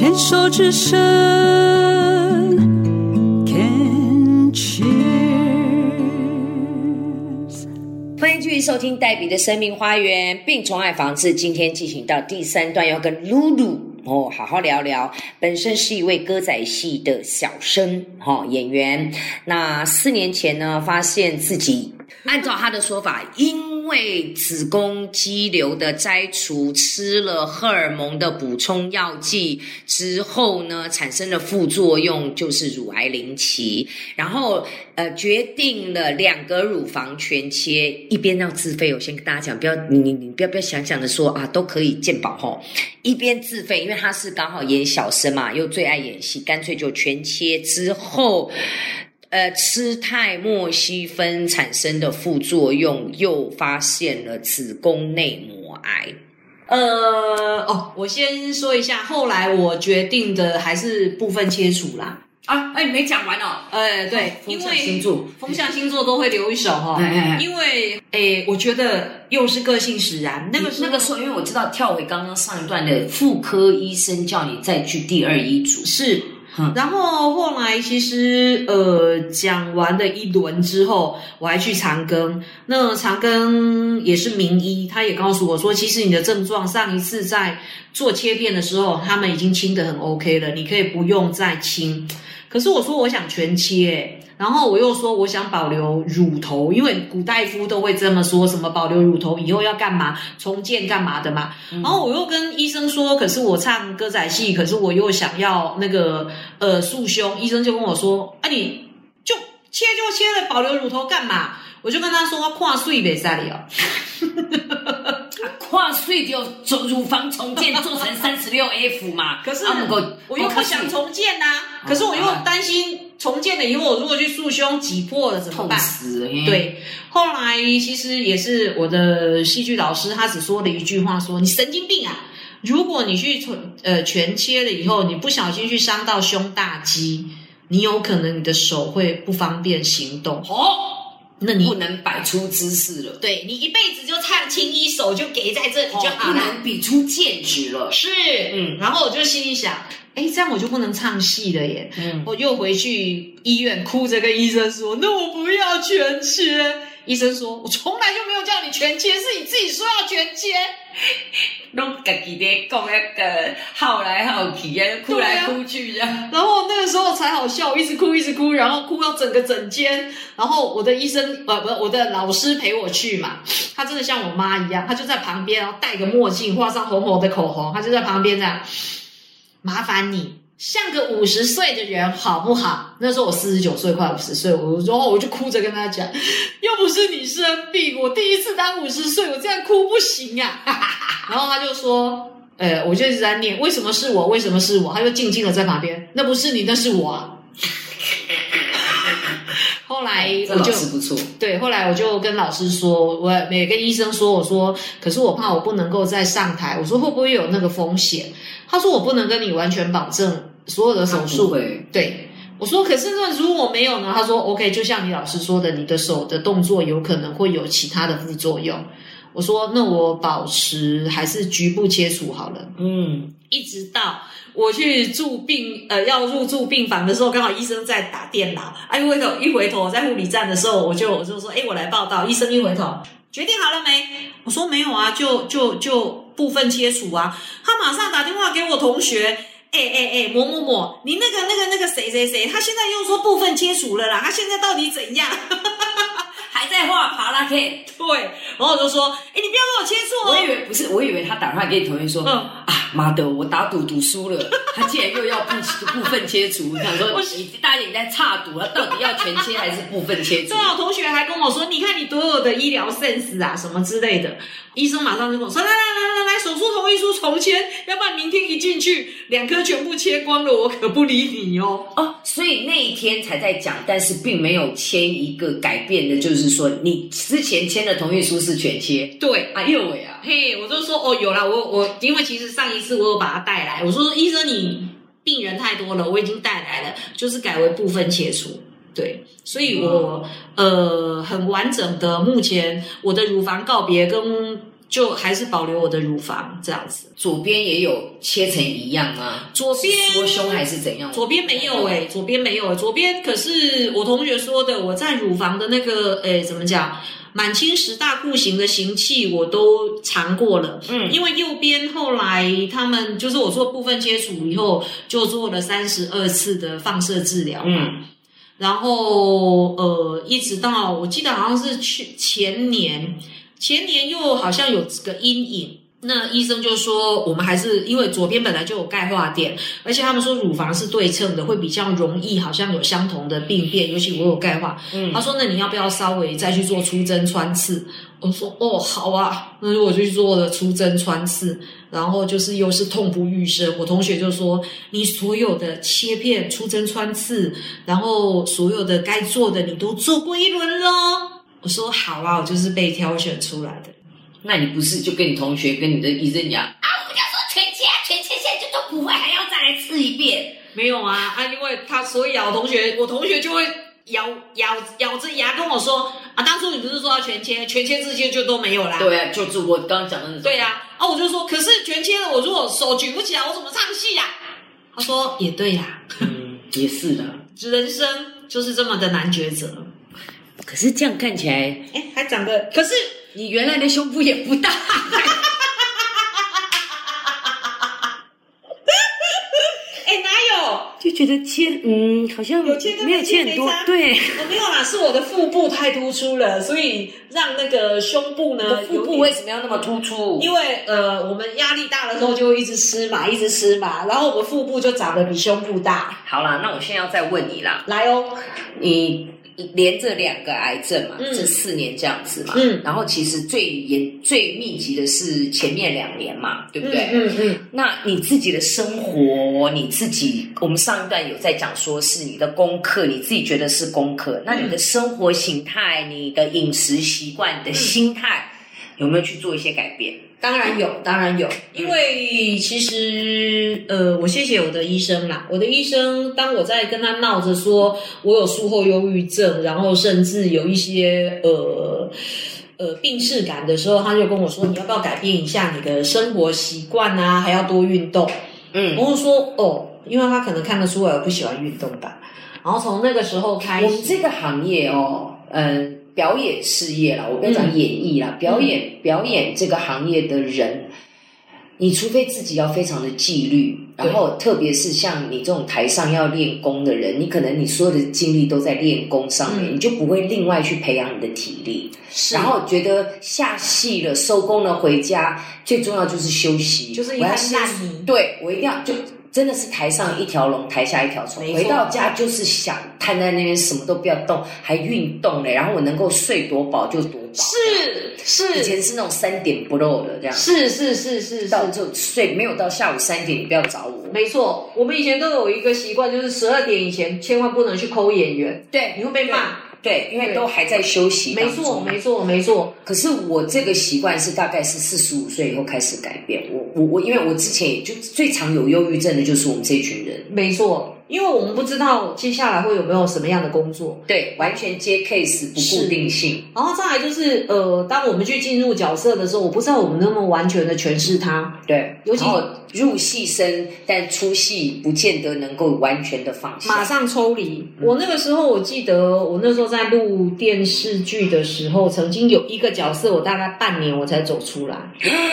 牵手之声 Can Cheers。 欢迎继续收听黛比的生命花园病虫害防治，今天进行到第3段，要跟露露好好聊聊。本身是一位歌仔戏的小生演员，那4年前呢，发现自己按照他的说法，因为子宫肌瘤的摘除，吃了荷尔蒙的补充药剂之后呢，产生了副作用，就是乳癌临期，然后决定了2个乳房全切，一边要自费。我先跟大家讲，不要你不要想想的说啊都可以健保一边自费，因为他是刚好演小生嘛，又最爱演戏，干脆就全切之后。吃泰莫西芬产生的副作用，又发现了子宫内膜癌。 我先说一下，后来我决定的还是部分切除啦。 你没讲完哦。 对， 风象星座， 风象星座都会留一手因为我觉得又是个性使然。那个时候， 因为我知道跳回刚刚上一段的妇科医生叫你再去第2医组是。然后后来其实讲完了一轮之后，我还去长庚。那长庚也是名医，他也告诉我说，其实你的症状上一次在做切片的时候，他们已经清得很 OK 了，你可以不用再清。可是我说我想全切，然后我又说我想保留乳头，因为古大夫都会这么说，什么保留乳头以后要干嘛，重建干嘛的嘛。然后我又跟医生说，可是我唱歌仔戏，可是我又想要那个束胸，医生就跟我说，你就切了，保留乳头干嘛？我就跟他说，看水不可以哦。 跨岁就乳房重建做成36F 嘛， 可是我又不想重建可是我又担心重建了以后，我如果去束胸挤破了怎么办？ 痛死了。 对，后来其实也是我的戏剧老师，他只说了一句话，说你神经病啊！如果你去全切了以后，你不小心去伤到胸大肌，你有可能你的手会不方便行动。那你不能摆出姿势了， 对，你一辈子就唱青衣手就给在这里就好了， 不能比出剑指了。 是，然后我就心里想，这样我就不能唱戏了耶。我又回去医院哭着跟医生说，那我不要全切。医生说，我从来就没有叫你全切，是你自己说要全切。 拢自己在讲那个耗来耗去哭来哭去这样。 然后那个时候才好笑，我一直哭，然后哭到整个诊间。然后我的医生我的老师陪我去嘛，他真的像我妈一样，他就在旁边，然后戴个墨镜，画上红红的口红，他就在旁边这样，麻烦你像个50岁的人好不好？那时候我49岁，快50岁，然后我就哭着跟他讲，又不是你生病，我第一次当50岁，我这样哭不行啊。然后他就说，我就一直在念，为什么是我？为什么是我？他就静静的在旁边，那不是你，那是我啊。后来我就不错， 对，后来我就跟老师说，我也跟医生说，我说，可是我怕我不能够再上台，我说会不会有那个风险？他说我不能跟你完全保证所有的手术，对。我说可是那如果没有呢？他说 OK， 就像你老师说的，你的手的动作有可能会有其他的副作用。我说那我保持还是局部切除好了。一直到我去要入住病房的时候，刚好医生在打电脑，一回头在护理站的时候，我就说我来报到。医生一回头，决定好了没？我说没有啊，就部分切除啊。他马上打电话给我同学，某某某，你那个谁，他现在又说部分切除了啦，他现在到底怎样？ 还在画帕拉 K。 对，然后我就说你不要跟我切磋哦。 我以为他打电话给你同学说，妈的，我打赌赌输了，他竟然又要部分切除。想说你大家也在差赌，他到底要全切还是部分切除？ 对啊，我同学还跟我说，你看你多有的医疗 sense 啊，什么之类的。医生马上就跟我说，来，手术同意书重签，要不然明天一进去2颗全部切光了，我可不理你哦。 所以那一天才在讲，但是并没有签一个改变的，就是说你之前签的同意书是全切。 对，我就说有啦，我因为其实上一次我有把他带来，我说医生你病人太多了，我已经带来了，就是改为部分切除。对，所以我很完整的，目前我的乳房告别跟就还是保留我的乳房这样子。 左边也有切成一样吗？ 左边缩胸还是怎样？ 左边没有左边没有左边可是我同学说的，我在乳房的那个怎么讲？满清10大酷刑的刑器我都尝过了，因为右边后来他们就是我做部分切除以后，就做了32次的放射治疗嘛，然后一直到我记得好像是前年又好像有个阴影。那医生就说，我们还是因为左边本来就有钙化点，而且他们说乳房是对称的，会比较容易好像有相同的病变，尤其我有钙化。他说那你要不要稍微再去做出针穿刺？我说哦好啊，那我就去做了出针穿刺，然后就是又是痛不欲生。我同学就说你所有的切片、出针穿刺，然后所有的该做的你都做过一轮咯。我说好啊，我就是被挑选出来的。 那你不是就跟你同学跟你的医生讲啊？我们家说全切现在就都不会，还要再来刺一遍？ 没有啊，因为他所以啊，我同学就会咬着牙跟我说啊，当初你不是说要全切这些就都没有啦？ 对啊，就是我刚刚讲的那种。 对啊，我就说，可是全切了，我如果手举不起来，我怎么唱戏啊？他说也对啦， 也是的， 人生就是这么的难抉择。 可是这样看起来， 还长得，可是。 你原来的胸部也不大， 哪有？ 就觉得好像有切跟没有切很多，对， 没有啦，是我的腹部太突出了，所以让那个胸部呢， 腹部为什么要那么突出？ 因为我们压力大的时候就会一直吃嘛，然后我们腹部就长得比胸部大。 好啦，那我现在要再问你啦， 来哦， 你连着2个癌症嘛，这4年这样子嘛，然后其实最密集的是前面2年嘛，对不对？那你自己的生活，你自己，我们上一段有在讲说是你的功课，你自己觉得是功课，那你的生活形态、你的饮食习惯、你的心态，有没有去做一些改变？ 当然有，因为其实我谢谢我的医生啦。我的医生，当我在跟他闹着说我有术后忧郁症，然后甚至有一些病识感的时候，他就跟我说，你要不要改变一下你的生活习惯啊，还要多运动。我就说因为他可能看得出来我不喜欢运动吧。然后从那个时候开始， 我们这个行业表演事业啦，我跟你讲演艺啦，表演这个行业的人，你除非自己要非常的纪律，然后特别是像你这种台上要练功的人，你可能你所有的精力都在练功上面，你就不会另外去培养你的体力，然后觉得下戏了收工了回家，最重要就是休息， 就是一滩烂泥。 对，我一定要就真的是台上一条龙，台下一条虫。回到家就是想瘫在那边，什么都不要动，还运动嘞。然后我能够睡多饱就多饱。 是， 以前是那种3点不漏的这样。 是， 到就睡，没有到下午3点，你不要找我。 没错，我们以前都有一个习惯，就是12点以前千万不能去call演员， 对， 你会被骂。 对，因为都还在休息当中。 没错。 可是我这个习惯是大概是45岁以后开始改变。我因为我之前也就最常有忧郁症的就是我们这群人。 没错，因为我们不知道接下来会有没有什么样的工作。 对，完全接 case 不固定性。 然后再来就是当我们去进入角色的时候，我不知道我们能不能完全的诠释它。 对， 尤其入戏深，但出戏不见得能够完全的放下， 马上抽离。我那个时候我记得，我那时候在录电视剧的时候，曾经有一个角色，我大概半年我才走出来。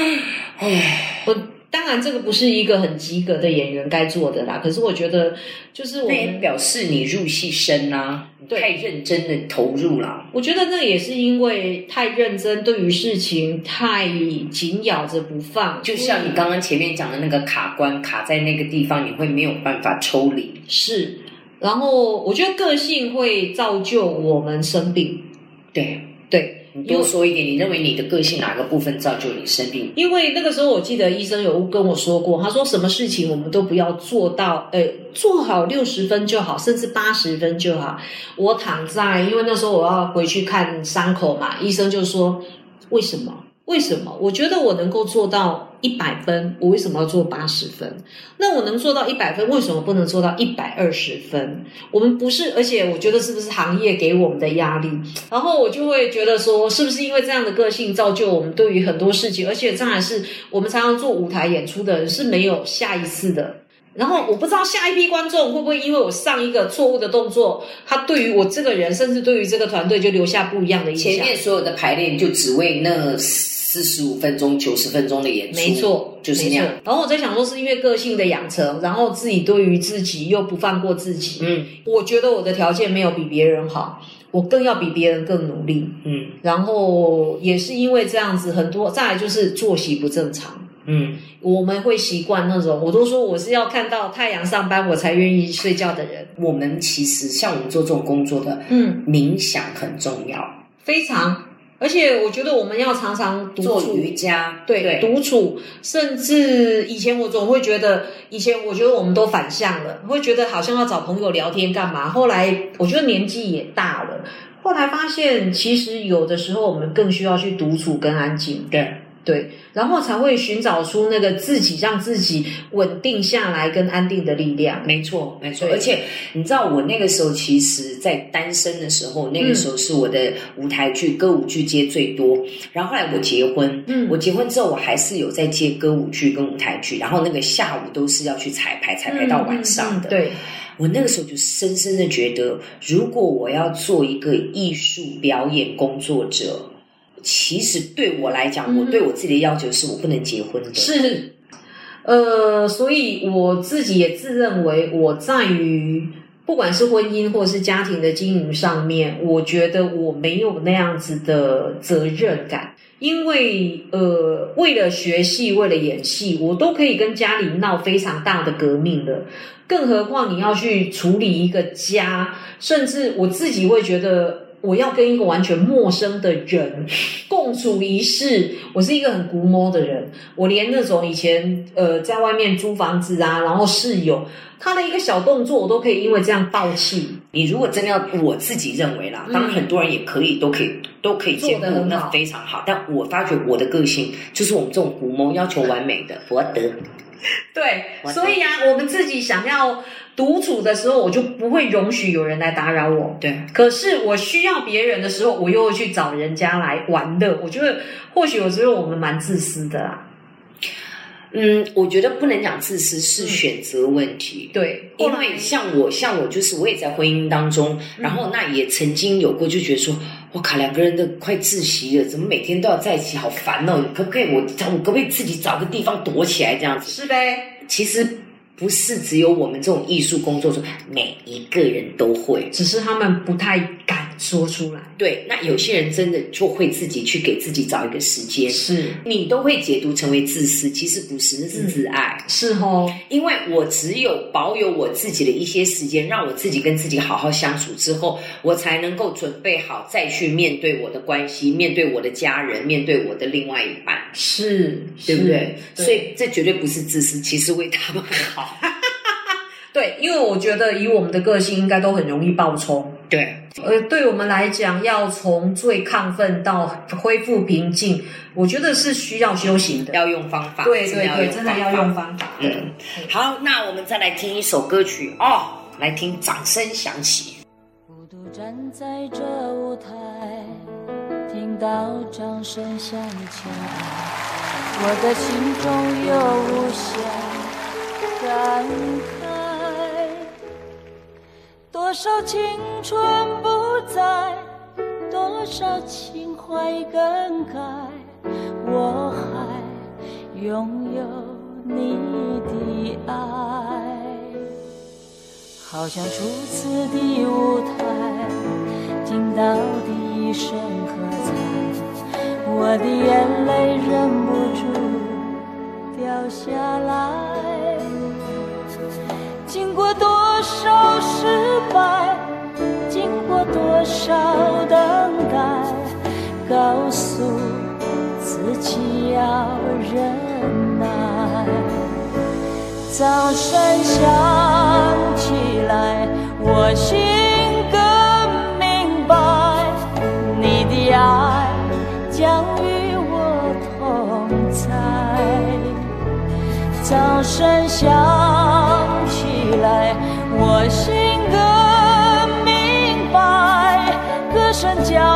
当然这个不是一个很及格的演员该做的啦，可是我觉得就是那也表示你入戏深啊，太认真的投入啦。 我觉得那也是因为太认真，对于事情太紧咬着不放， 就像你刚刚前面讲的那个卡关，卡在那个地方，你会没有办法抽离。 是，然后我觉得个性会造就我们生病。对。 你多说一点，你认为你的个性哪个部分造就你生病？ 因为那个时候我记得医生有跟我说过，他说什么事情我们都不要做到做好60分就好，甚至80分就好。我躺在，因为那时候我要回去看伤口嘛，医生就说为什么为什么？我觉得我能够做到100分，我为什么要做80分？那我能做到100分，为什么不能做到120分？我们不是，而且我觉得是不是行业给我们的压力？然后我就会觉得说，是不是因为这样的个性造就我们对于很多事情，而且这还是我们常常做舞台演出的人是没有下一次的。然后我不知道下一批观众会不会因为我上一个错误的动作，他对于我这个人，甚至对于这个团队就留下不一样的印象。 前面所有的排练就只为那45分钟、90分钟的演出， 没错， 就是那样。 然后我在想说，是因为个性的养成，然后自己对于自己又不放过自己。我觉得我的条件没有比别人好，我更要比别人更努力。然后也是因为这样子，很多再来就是作息不正常。我们会习惯那种，我都说我是要看到太阳上班我才愿意睡觉的人。 我们其实像我们做这种工作的，冥想很重要， 非常。而且我觉得我们要常常独处， 做瑜伽， 对，独处。甚至以前我总会觉得，我觉得我们都反向了，会觉得好像要找朋友聊天干嘛。后来我觉得年纪也大了，后来发现其实有的时候我们更需要去独处跟安静。对，然后才会寻找出那个自己让自己稳定下来跟安定的力量。 没错。而且你知道我那个时候其实在单身的时候，那个时候是我的舞台剧歌舞剧接最多。然后后来我结婚，我结婚之后我还是有在接歌舞剧跟舞台剧，然后那个下午都是要去彩排到晚上的。 对， 我那个时候就深深的觉得，如果我要做一个艺术表演工作者，其实对我来讲，我对我自己的要求是我不能结婚的。 是，所以我自己也自认为我在于不管是婚姻或是家庭的经营上面，我觉得我没有那样子的责任感。因为为了学戏，为了演戏，我都可以跟家里闹非常大的革命了，更何况你要去处理一个家，甚至我自己会觉得我要跟一个完全陌生的人共处一室。我是一个很古摸的人，我连那种以前在外面租房子啊，然后室友他的一个小动作我都可以因为这样爆气。 你如果真的要，我自己认为啦，当然很多人也可以都可以兼顾，那非常好。但我发觉我的个性就是我们这种古摸要求完美的，我得。 对，所以啊，我们自己想要独处的时候，我就不会容许有人来打扰我。 对， 可是我需要别人的时候，我又会去找人家来玩乐。我觉得或许有时候我们蛮自私的啦。 我觉得不能讲自私，是选择问题。 对， 因为像我就是我也在婚姻当中，然后那也曾经有过，就觉得说，我靠，两个人都快窒息了，怎么每天都要在一起，好烦哦！可不可以我可不可以自己找个地方躲起来这样子？ 是呗。 其实不是只有我们这种艺术工作者，每一个人都会， 只是他们不太敢说出来。 对，那有些人真的就会自己去给自己找一个时间。 是，你都会解读成为自私，其实不是，那是自爱。 是哦， 因为我只有保有我自己的一些时间，让我自己跟自己好好相处之后，我才能够准备好再去面对我的关系，面对我的家人，面对我的另外一半。 是， 对不对？所以这绝对不是自私，其实为他们很好。 对，因为我觉得以我们的个性应该都很容易爆冲。 对， 对我们来讲，要从最亢奋到恢复平静，我觉得是需要修行的， 要用方法。 对，真的要用方法。 好，那我们再来听一首歌曲哦，来听掌声响起。 孤独站在这舞台，听到掌声响起，我的心中有无限感慨。多少青春不在，多少情怀更改，我还拥有你的爱。好像初次的舞台，听到第一声喝彩，我的眼泪忍不住掉下来。经过多少失败，经过多少等待，告诉自己要忍耐。掌声响起来，我心更明白，你的爱将与我掌声响起来，我心更明白，歌声将